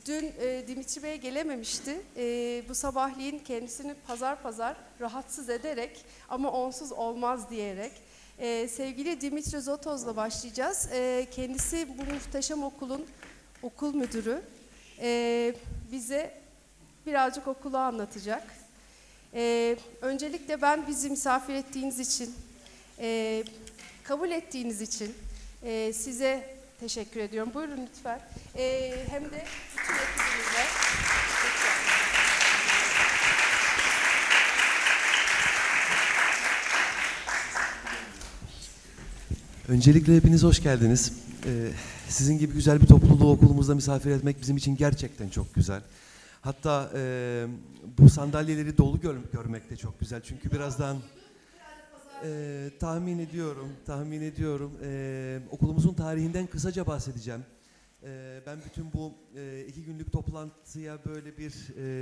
Dün Dimitri Bey gelememişti. Bu sabahleyin kendisini pazar rahatsız ederek ama onsuz olmaz diyerek sevgili Dimitri Zotoz'la başlayacağız. Kendisi bu muhteşem okulun okul müdürü. Bize birazcık okulu anlatacak. Öncelikle ben bizi misafir ettiğiniz için, kabul ettiğiniz için size teşekkür ediyorum. Buyurun lütfen. Hem de bütün ekibimize. Öncelikle hepiniz hoş geldiniz. Sizin gibi güzel bir topluluğu okulumuzda misafir etmek bizim için gerçekten çok güzel. Hatta bu sandalyeleri dolu görmek de çok güzel. Çünkü birazdan tahmin ediyorum okulumuzun tarihinden kısaca bahsedeceğim. Ben bütün bu 2 günlük toplantıya böyle bir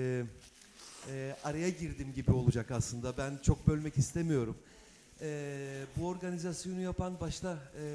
araya girdim gibi olacak aslında. Ben çok bölmek istemiyorum. Bu organizasyonu yapan başta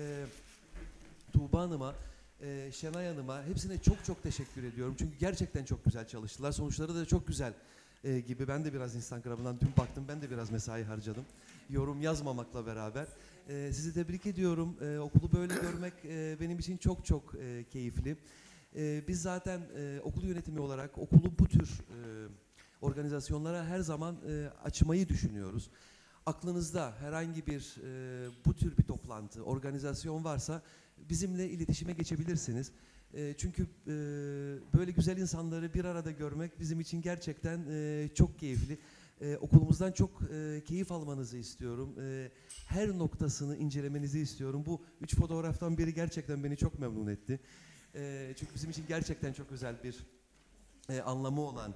Tuğba Hanım'a, Şenay Hanım'a hepsine çok teşekkür ediyorum. Çünkü gerçekten çok güzel çalıştılar. Sonuçları da çok güzel gibi. Ben de biraz Instagram'dan dün baktım. Ben de biraz mesai harcadım. Yorum yazmamakla beraber. Sizi tebrik ediyorum. Okulu böyle görmek benim için çok keyifli. Biz zaten okul yönetimi olarak okulu bu tür organizasyonlara her zaman açmayı düşünüyoruz. Aklınızda herhangi bir bu tür bir toplantı, organizasyon varsa bizimle iletişime geçebilirsiniz. Çünkü böyle güzel insanları bir arada görmek bizim için gerçekten çok keyifli. Okulumuzdan çok keyif almanızı istiyorum. Her noktasını incelemenizi istiyorum. Bu 3 fotoğraftan biri gerçekten beni çok memnun etti. Çünkü bizim için gerçekten çok özel bir anlamı olan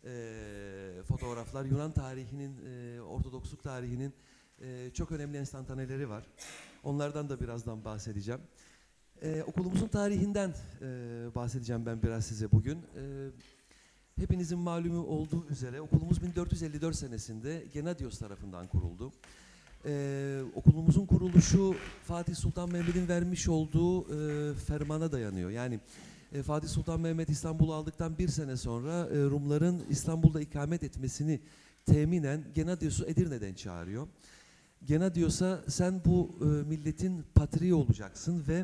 fotoğraflar. Yunan tarihinin, Ortodoksluk tarihinin çok önemli enstantaneleri var. Onlardan da birazdan bahsedeceğim. Okulumuzun tarihinden bahsedeceğim ben biraz size bugün. Hepinizin malumu olduğu üzere okulumuz 1454 senesinde Genadios tarafından kuruldu. Okulumuzun kuruluşu Fatih Sultan Mehmet'in vermiş olduğu fermana dayanıyor. Yani Fatih Sultan Mehmet İstanbul'u aldıktan bir sene sonra Rumların İstanbul'da ikamet etmesini teminen Genadios'u Edirne'den çağırıyor. Genadios'a sen bu milletin patriği olacaksın ve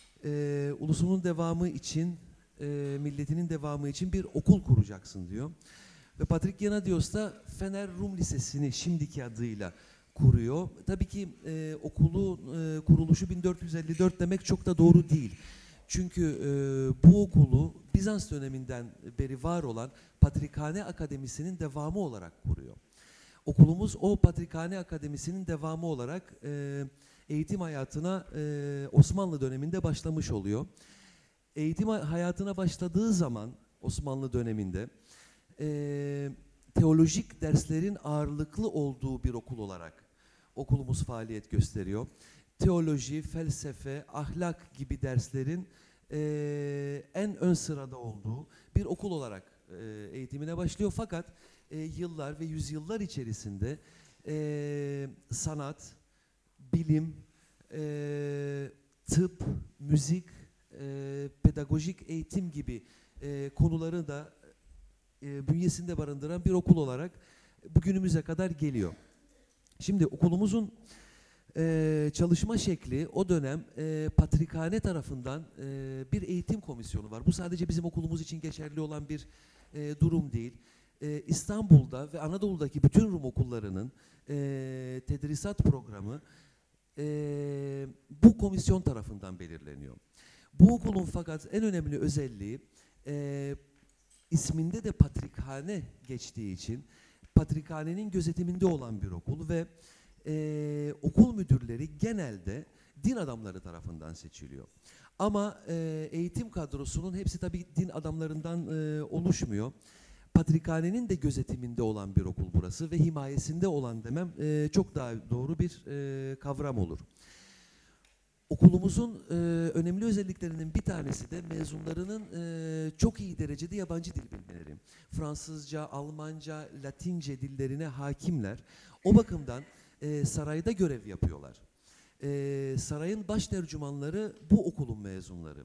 ulusunun devamı için, milletinin devamı için bir okul kuracaksın diyor. Ve Patrik Genadios da Fener Rum Lisesi'ni şimdiki adıyla kuruyor. Tabii ki okulun kuruluşu 1454 demek çok da doğru değil. Çünkü bu okulu Bizans döneminden beri var olan Patrikhane Akademisi'nin devamı olarak kuruyor. Okulumuz o Patrikhane Akademisi'nin devamı olarak eğitim hayatına Osmanlı döneminde başlamış oluyor. Eğitim hayatına başladığı zaman Osmanlı döneminde teolojik derslerin ağırlıklı olduğu bir okul olarak okulumuz faaliyet gösteriyor. Teoloji, felsefe, ahlak gibi derslerin en ön sırada olduğu bir okul olarak eğitimine başlıyor. Fakat yıllar ve yüzyıllar içerisinde sanat, bilim, tıp, müzik, pedagojik eğitim gibi konuları da bünyesinde barındıran bir okul olarak bugünümüze kadar geliyor. Şimdi okulumuzun çalışma şekli o dönem Patrikhane tarafından bir eğitim komisyonu var. Bu sadece bizim okulumuz için geçerli olan bir durum değil. İstanbul'da ve Anadolu'daki bütün Rum okullarının tedrisat programı bu komisyon tarafından belirleniyor. Bu okulun fakat en önemli özelliği isminde de Patrikhane geçtiği için Patrikhane'nin gözetiminde olan bir okul ve okul müdürleri genelde din adamları tarafından seçiliyor. Ama eğitim kadrosunun hepsi tabii din adamlarından oluşmuyor. Patrikhane'nin de gözetiminde olan bir okul burası ve himayesinde olan demem çok daha doğru bir kavram olur. Okulumuzun önemli özelliklerinin bir tanesi de mezunlarının çok iyi derecede yabancı dil bilmeleri. Fransızca, Almanca, Latince dillerine hakimler. O bakımdan sarayda görev yapıyorlar. Sarayın baş tercümanları bu okulun mezunları.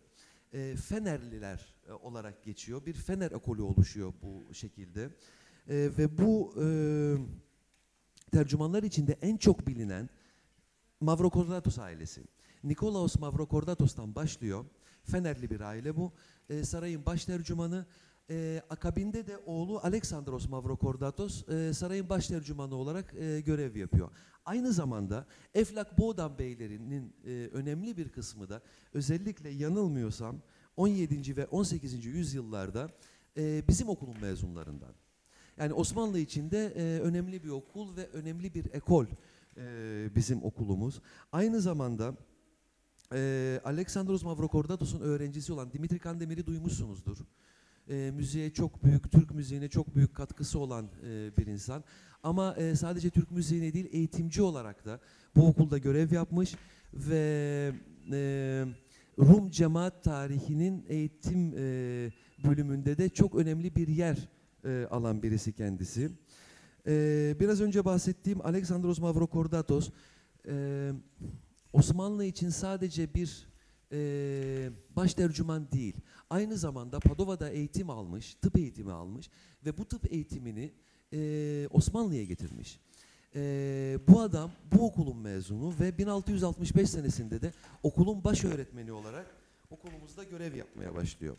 Fenerliler olarak geçiyor. Bir Fener ekolü oluşuyor bu şekilde. Ve bu tercümanlar içinde en çok bilinen Mavrokordatos ailesi. Nikolaos Mavrokordatos'tan başlıyor. Fenerli bir aile bu. Sarayın baş tercümanı. Akabinde de oğlu Aleksandros Mavrokordatos sarayın baş tercümanı olarak görev yapıyor. Aynı zamanda Eflak Boğdan beylerinin önemli bir kısmı da özellikle yanılmıyorsam 17. ve 18. yüzyıllarda bizim okulun mezunlarından. Yani Osmanlı içinde önemli bir okul ve önemli bir ekol bizim okulumuz. Aynı zamanda Aleksandros Mavrokordatos'un öğrencisi olan Dimitri Kandemir'i duymuşsunuzdur. Müziğe çok büyük, Türk müziğine çok büyük katkısı olan bir insan. Ama sadece Türk müziğine değil, eğitimci olarak da bu okulda görev yapmış ve Rum cemaat tarihinin eğitim bölümünde de çok önemli bir yer alan birisi kendisi. Biraz önce bahsettiğim Aleksandros Mavrokordatos, Osmanlı için sadece bir baş tercüman değil, aynı zamanda Padova'da eğitim almış, tıp eğitimi almış ve bu tıp eğitimini Osmanlı'ya getirmiş. Bu adam bu okulun mezunu ve 1665 senesinde de okulun baş öğretmeni olarak okulumuzda görev yapmaya başlıyor.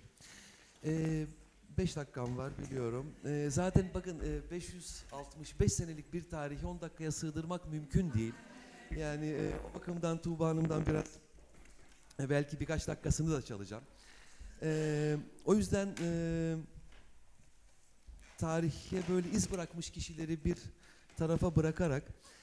5 dakikam var biliyorum. Zaten bakın 565 senelik bir tarihi 10 dakikaya sığdırmak mümkün değil. Yani o bakımdan Tuğba Hanım'dan biraz belki birkaç dakikasını da çalacağım. O yüzden tarihe böyle iz bırakmış kişileri bir tarafa bırakarak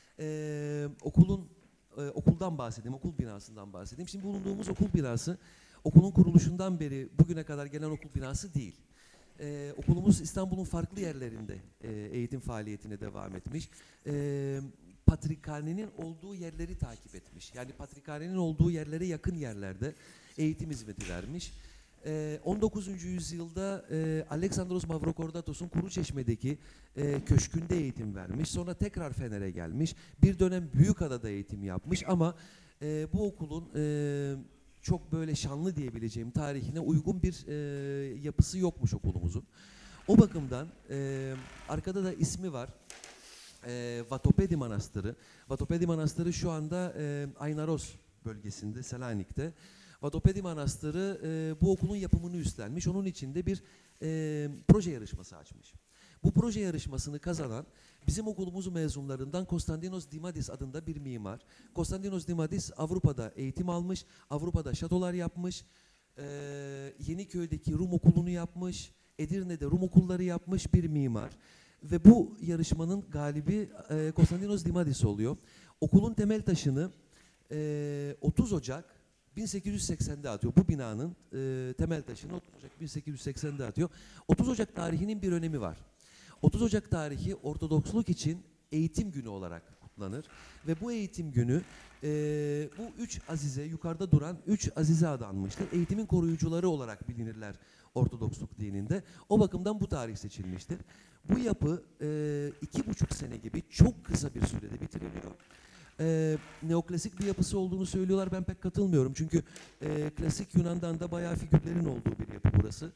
okuldan bahsedeyim, okul binasından bahsedeyim. Şimdi bulunduğumuz okul binası okulun kuruluşundan beri bugüne kadar gelen okul binası değil. Okulumuz İstanbul'un farklı yerlerinde eğitim faaliyetine devam etmiş. Patrikhanenin olduğu yerleri takip etmiş. Yani patrikhanenin olduğu yerlere yakın yerlerde eğitim hizmeti vermiş. 19. yüzyılda Aleksandros Mavrokordatos'un Kuruçeşme'deki köşkünde eğitim vermiş. Sonra tekrar Fener'e gelmiş. Bir dönem Büyükada'da eğitim yapmış ama bu okulun çok böyle şanlı diyebileceğim tarihine uygun bir yapısı yokmuş okulumuzun. O bakımdan arkada da ismi var. Vatopedi Manastırı. Vatopedi Manastırı şu anda Aynaros bölgesinde, Selanik'te. Vatopedi Manastırı bu okulun yapımını üstlenmiş. Onun için de bir proje yarışması açmış. Bu proje yarışmasını kazanan bizim okulumuzun mezunlarından Konstantinos Dimadis adında bir mimar. Konstantinos Dimadis Avrupa'da eğitim almış, Avrupa'da şatolar yapmış, Yeniköy'deki Rum okulunu yapmış, Edirne'de Rum okulları yapmış bir mimar. Ve bu yarışmanın galibi Konstantinos Dimadis oluyor. Okulun temel taşını 30 Ocak 1880'de atıyor. Bu binanın temel taşını 30 Ocak 1880'de atıyor. 30 Ocak tarihinin bir önemi var. 30 Ocak tarihi Ortodoksluk için eğitim günü olarak kutlanır. Ve bu eğitim günü bu üç azize, yukarıda duran üç azize adanmıştır. Eğitimin koruyucuları olarak bilinirler Ortodoksluk dininde. O bakımdan bu tarih seçilmiştir. Bu yapı 2,5 sene gibi çok kısa bir sürede bitiriliyor. Neoklasik bir yapısı olduğunu söylüyorlar. Ben pek katılmıyorum. Çünkü klasik Yunan'dan da bayağı figürlerin olduğu bir yapı burası.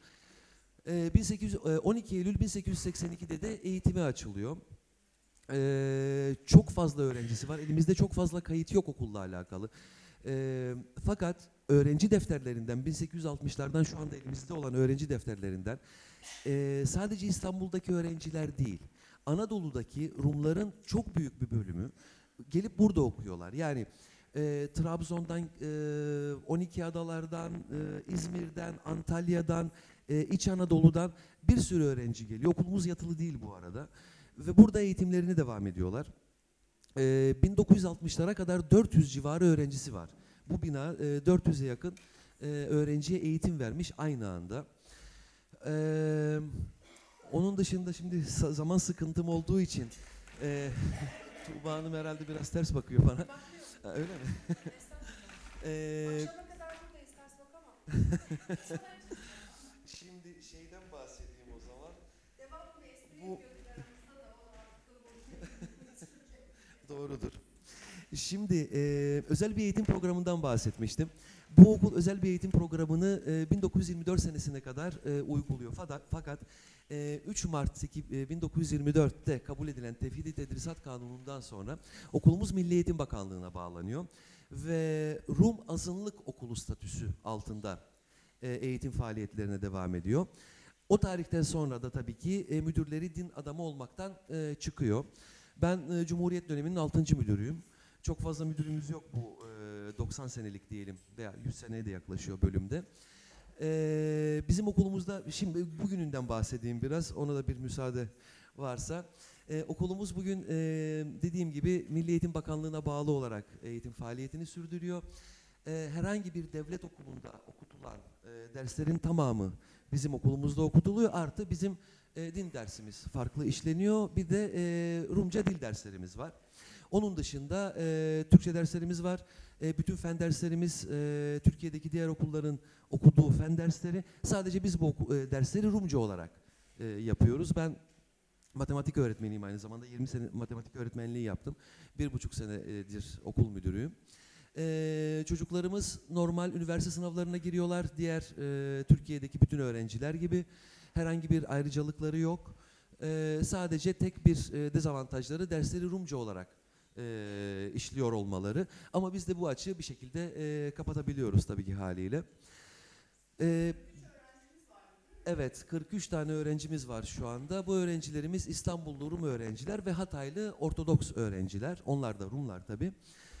12 Eylül 1882'de de eğitime açılıyor. Çok fazla öğrencisi var. Elimizde çok fazla kayıt yok okulla alakalı. Fakat öğrenci defterlerinden 1860'lardan şu anda elimizde olan öğrenci defterlerinden sadece İstanbul'daki öğrenciler değil, Anadolu'daki Rumların çok büyük bir bölümü gelip burada okuyorlar. Yani Trabzon'dan, 12 adalardan, İzmir'den, Antalya'dan, İç Anadolu'dan bir sürü öğrenci geliyor. Okulumuz yatılı değil bu arada. Ve burada eğitimlerini devam ediyorlar. 1960'lara kadar 400 civarı öğrencisi var. Bu bina 400'e yakın öğrenciye eğitim vermiş aynı anda. Onun dışında şimdi zaman sıkıntım olduğu için Tuğba Hanım herhalde biraz ters bakıyor bana. Ha, öyle mi? Akşama kadar buradayız, ters bakamam. Şimdi şeyden bahsedeyim o zaman. Devamlı espri Bu yapıyorduk aramızda da o doğrudur. Şimdi özel bir eğitim programından bahsetmiştim. Bu okul özel bir eğitim programını 1924 senesine kadar uyguluyor. Fakat 3 Mart 1924'te kabul edilen Tefhidi Tedrisat Kanunu'ndan sonra okulumuz Milli Eğitim Bakanlığı'na bağlanıyor. Ve Rum azınlık okulu statüsü altında eğitim faaliyetlerine devam ediyor. O tarihten sonra da tabii ki müdürleri din adamı olmaktan çıkıyor. Ben Cumhuriyet döneminin 6. müdürüyüm. Çok fazla müdürümüz yok bu 90 senelik diyelim veya 100 seneye de yaklaşıyor bölümde. Bizim okulumuzda, şimdi bugününden bahsedeyim biraz, ona da bir müsaade varsa. Okulumuz bugün dediğim gibi Milli Eğitim Bakanlığı'na bağlı olarak eğitim faaliyetini sürdürüyor. Herhangi bir devlet okulunda okutulan derslerin tamamı bizim okulumuzda okutuluyor. Artı bizim din dersimiz farklı işleniyor. Bir de Rumca dil derslerimiz var. Onun dışında Türkçe derslerimiz var. Bütün fen derslerimiz Türkiye'deki diğer okulların okuduğu fen dersleri. Sadece biz bu dersleri Rumca olarak yapıyoruz. Ben matematik öğretmeniyim aynı zamanda. 20 sene matematik öğretmenliği yaptım. 1,5 senedir okul müdürüyüm. Çocuklarımız normal üniversite sınavlarına giriyorlar. Diğer Türkiye'deki bütün öğrenciler gibi. Herhangi bir ayrıcalıkları yok. Sadece tek bir dezavantajları dersleri Rumca olarak işliyor olmaları. Ama biz de bu açığı bir şekilde kapatabiliyoruz tabii ki haliyle. Evet, 43 tane öğrencimiz var şu anda. Bu öğrencilerimiz İstanbullu Rum öğrenciler ve Hataylı Ortodoks öğrenciler. Onlar da Rumlar tabii.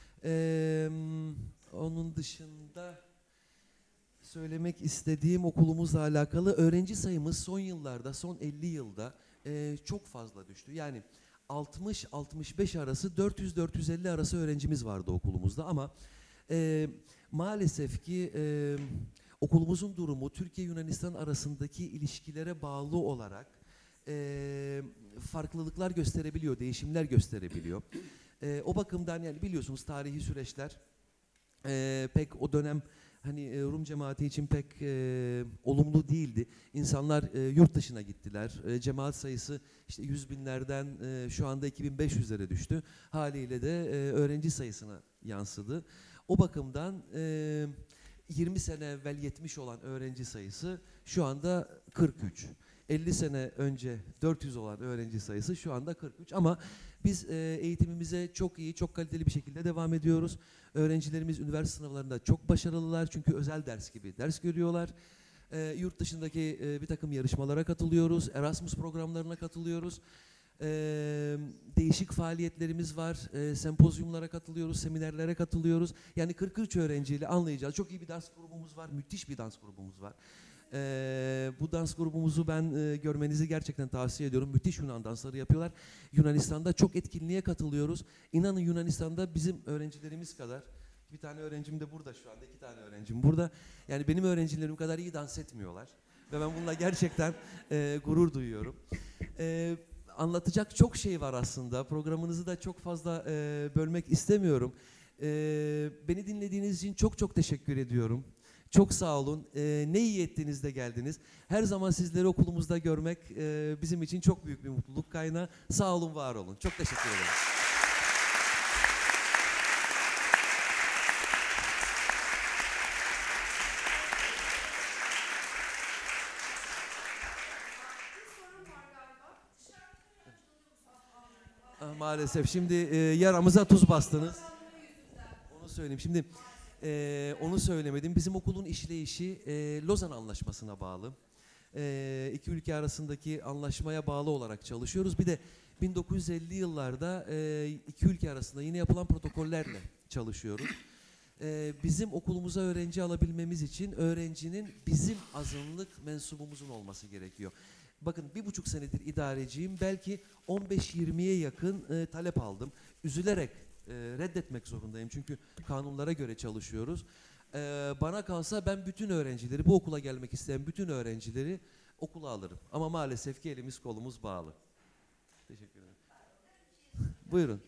Onun dışında söylemek istediğim okulumuzla alakalı öğrenci sayımız son yıllarda, son 50 yılda çok fazla düştü. Yani 60-65 arası, 400-450 arası öğrencimiz vardı okulumuzda ama maalesef ki okulumuzun durumu Türkiye-Yunanistan arasındaki ilişkilere bağlı olarak farklılıklar gösterebiliyor, değişimler gösterebiliyor. O bakımdan yani biliyorsunuz tarihi süreçler pek o dönem hani Rum cemaati için pek olumlu değildi. İnsanlar yurt dışına gittiler. Cemaat sayısı işte 100 binlerden şu anda 2500'lere düştü. Haliyle de öğrenci sayısına yansıdı. O bakımdan 20 sene evvel 70 olan öğrenci sayısı şu anda 43. 50 sene önce 400 olan öğrenci sayısı şu anda 43 ama biz eğitimimize çok iyi, çok kaliteli bir şekilde devam ediyoruz. Öğrencilerimiz üniversite sınavlarında çok başarılılar çünkü özel ders gibi ders görüyorlar. Yurt dışındaki bir takım yarışmalara katılıyoruz, Erasmus programlarına katılıyoruz. Değişik faaliyetlerimiz var, sempozyumlara katılıyoruz, seminerlere katılıyoruz. Yani 43 öğrenciyle anlayacağız. Çok iyi bir dans grubumuz var, müthiş bir dans grubumuz var. Bu dans grubumuzu ben görmenizi gerçekten tavsiye ediyorum. Müthiş Yunan dansları yapıyorlar. Yunanistan'da çok etkinliğe katılıyoruz. İnanın Yunanistan'da bizim öğrencilerimiz kadar, bir tane öğrencim de burada şu anda, 2 tane öğrencim burada. Yani benim öğrencilerim kadar iyi dans etmiyorlar. Ve ben bununla gerçekten gurur duyuyorum. Anlatacak çok şey var aslında. Programınızı da çok fazla bölmek istemiyorum. Beni dinlediğiniz için çok çok teşekkür ediyorum. Çok sağ olun. Ne iyi ettiniz de geldiniz. Her zaman sizleri okulumuzda görmek bizim için çok büyük bir mutluluk kaynağı. Sağ olun, var olun. Çok teşekkür ederim. Maalesef şimdi yaramıza tuz bastınız. Onu söyleyeyim. Şimdi onu söylemedim. Bizim okulun işleyişi Lozan Anlaşması'na bağlı. İki ülke arasındaki anlaşmaya bağlı olarak çalışıyoruz. Bir de 1950 yıllarda iki ülke arasında yine yapılan protokollerle çalışıyoruz. Bizim okulumuza öğrenci alabilmemiz için öğrencinin bizim azınlık mensubumuzun olması gerekiyor. Bakın 1,5 senedir idareciyim. Belki 15-20'ye yakın talep aldım. Üzülerek reddetmek zorundayım. Çünkü kanunlara göre çalışıyoruz. Bana kalsa ben bütün öğrencileri, bu okula gelmek isteyen bütün öğrencileri okula alırım. Ama maalesef ki elimiz kolumuz bağlı. Teşekkür ederim. Buyurun.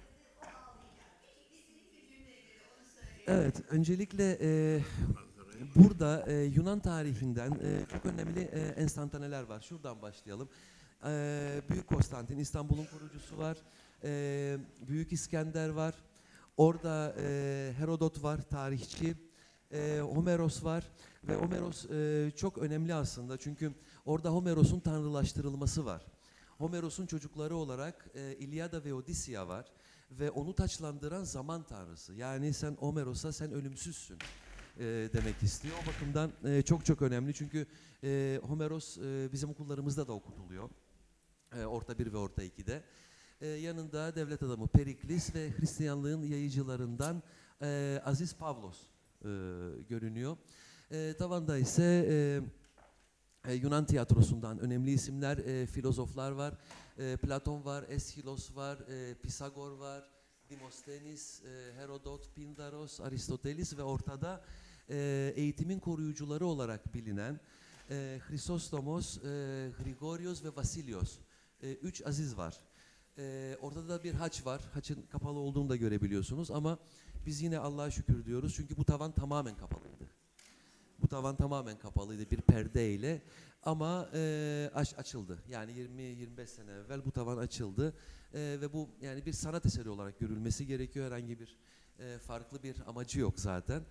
Evet, öncelikle burada Yunan tarihinden çok önemli enstantaneler var. Şuradan başlayalım. Büyük Konstantin, İstanbul'un kurucusu var. Büyük İskender var. Orada Herodot var, tarihçi. Homeros var ve Homeros çok önemli aslında çünkü orada Homeros'un tanrılaştırılması var. Homeros'un çocukları olarak İlyada ve Odisea var ve onu taçlandıran zaman tanrısı. Yani sen Homeros'a sen ölümsüzsün demek istiyor. O bakımdan çok çok önemli çünkü Homeros bizim okullarımızda da okutuluyor. Orta 1 ve Orta 2'de. Yanında devlet adamı Periklis ve Hristiyanlığın yayıcılarından Aziz Pavlos görünüyor. Tavanda ise Yunan tiyatrosundan önemli isimler, filozoflar var. Platon var, Eschylos var, Pisagor var, Demosthenes, Herodot, Pindaros, Aristoteles ve ortada eğitimin koruyucuları olarak bilinen Chrysostomos, Grigorios ve Vasilios. 3 aziz var. Ortada da bir haç var. Haçın kapalı olduğunu da görebiliyorsunuz ama biz yine Allah'a şükür diyoruz çünkü bu tavan tamamen kapalıydı. Bu tavan tamamen kapalıydı bir perdeyle ama açıldı. Yani 20-25 sene evvel bu tavan açıldı ve bu yani bir sanat eseri olarak görülmesi gerekiyor. Herhangi bir farklı bir amacı yok zaten.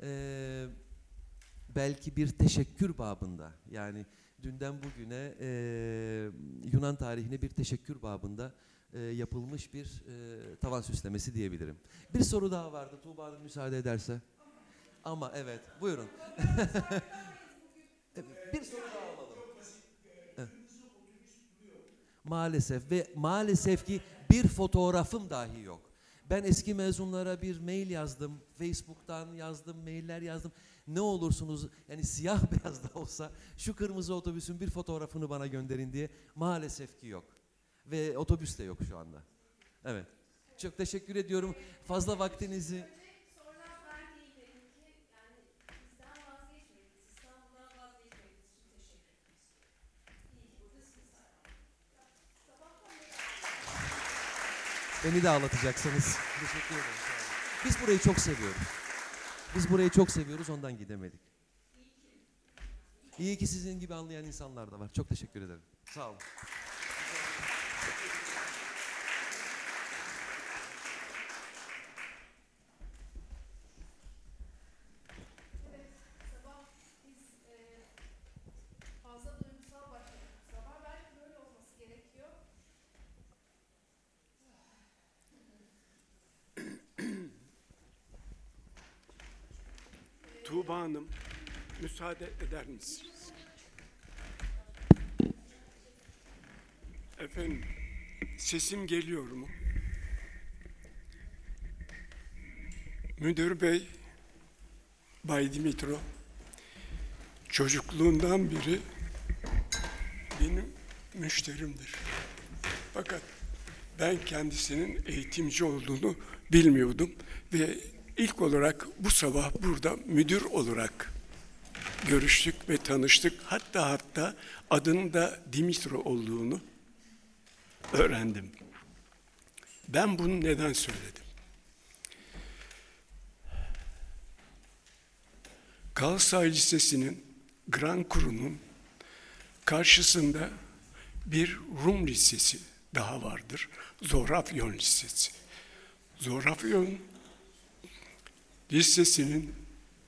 Belki bir teşekkür babında yani dünden bugüne Yunan tarihine bir teşekkür babında yapılmış bir tavan süslemesi diyebilirim. Bir soru daha vardı Tuğba Hanım müsaade ederse. Ama evet buyurun. Bir soru daha alalım. Evet. Maalesef ve maalesef ki bir fotoğrafım dahi yok. Ben eski mezunlara bir mail yazdım, Facebook'tan yazdım, mailler yazdım. Ne olursunuz yani siyah beyaz da olsa şu kırmızı otobüsün bir fotoğrafını bana gönderin diye maalesef ki yok. Ve otobüs de yok şu anda. Evet. Çok teşekkür ediyorum. Fazla vaktinizi... Beni de ağlatacaksınız. Teşekkür ederim. Biz burayı çok seviyoruz. Biz burayı çok seviyoruz, ondan gidemedik. İyi ki sizin gibi anlayan insanlar da var. Çok teşekkür ederim. Sağ olun. Evet, sabah biz fazla duygusal başladık. Sabah belki böyle olması gerekiyor. Tuğba Hanım, müsaade eder misiniz? Efendim, sesim geliyor mu? Müdür Bey, Bay Dimitro, çocukluğundan beri benim müşterimdir. Fakat ben kendisinin eğitimci olduğunu bilmiyordum ve İlk olarak bu sabah burada müdür olarak görüştük ve tanıştık. Hatta adının da Dimitro olduğunu öğrendim. Ben bunu neden söyledim? Galatasaray Lisesi'nin Grand Kuru'nun karşısında bir Rum Lisesi daha vardır. Zorafyon Lisesi. Zorafyon Lisesi'nin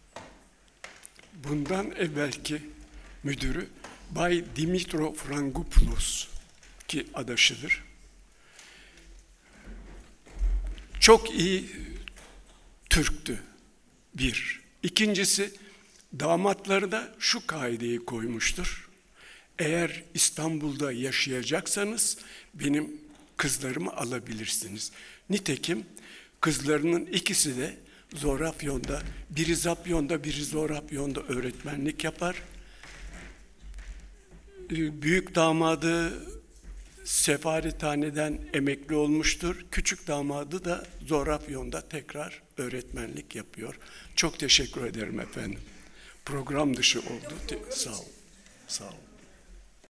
bundan evvelki müdürü Bay Dimitro Frangopoulos ki adaşıdır. Çok iyi Türktü bir. İkincisi damatları da şu kaideyi koymuştur. Eğer İstanbul'da yaşayacaksanız benim kızlarımı alabilirsiniz. Nitekim kızlarının ikisi de Zorafyon'da, biri Zapyon'da, biri Zorafyon'da öğretmenlik yapar. Büyük damadı Sefarethane'den emekli olmuştur. Küçük damadı da Zorafyon'da tekrar öğretmenlik yapıyor. Çok teşekkür ederim efendim. Program dışı oldu. Sağ olun. Sağ olun.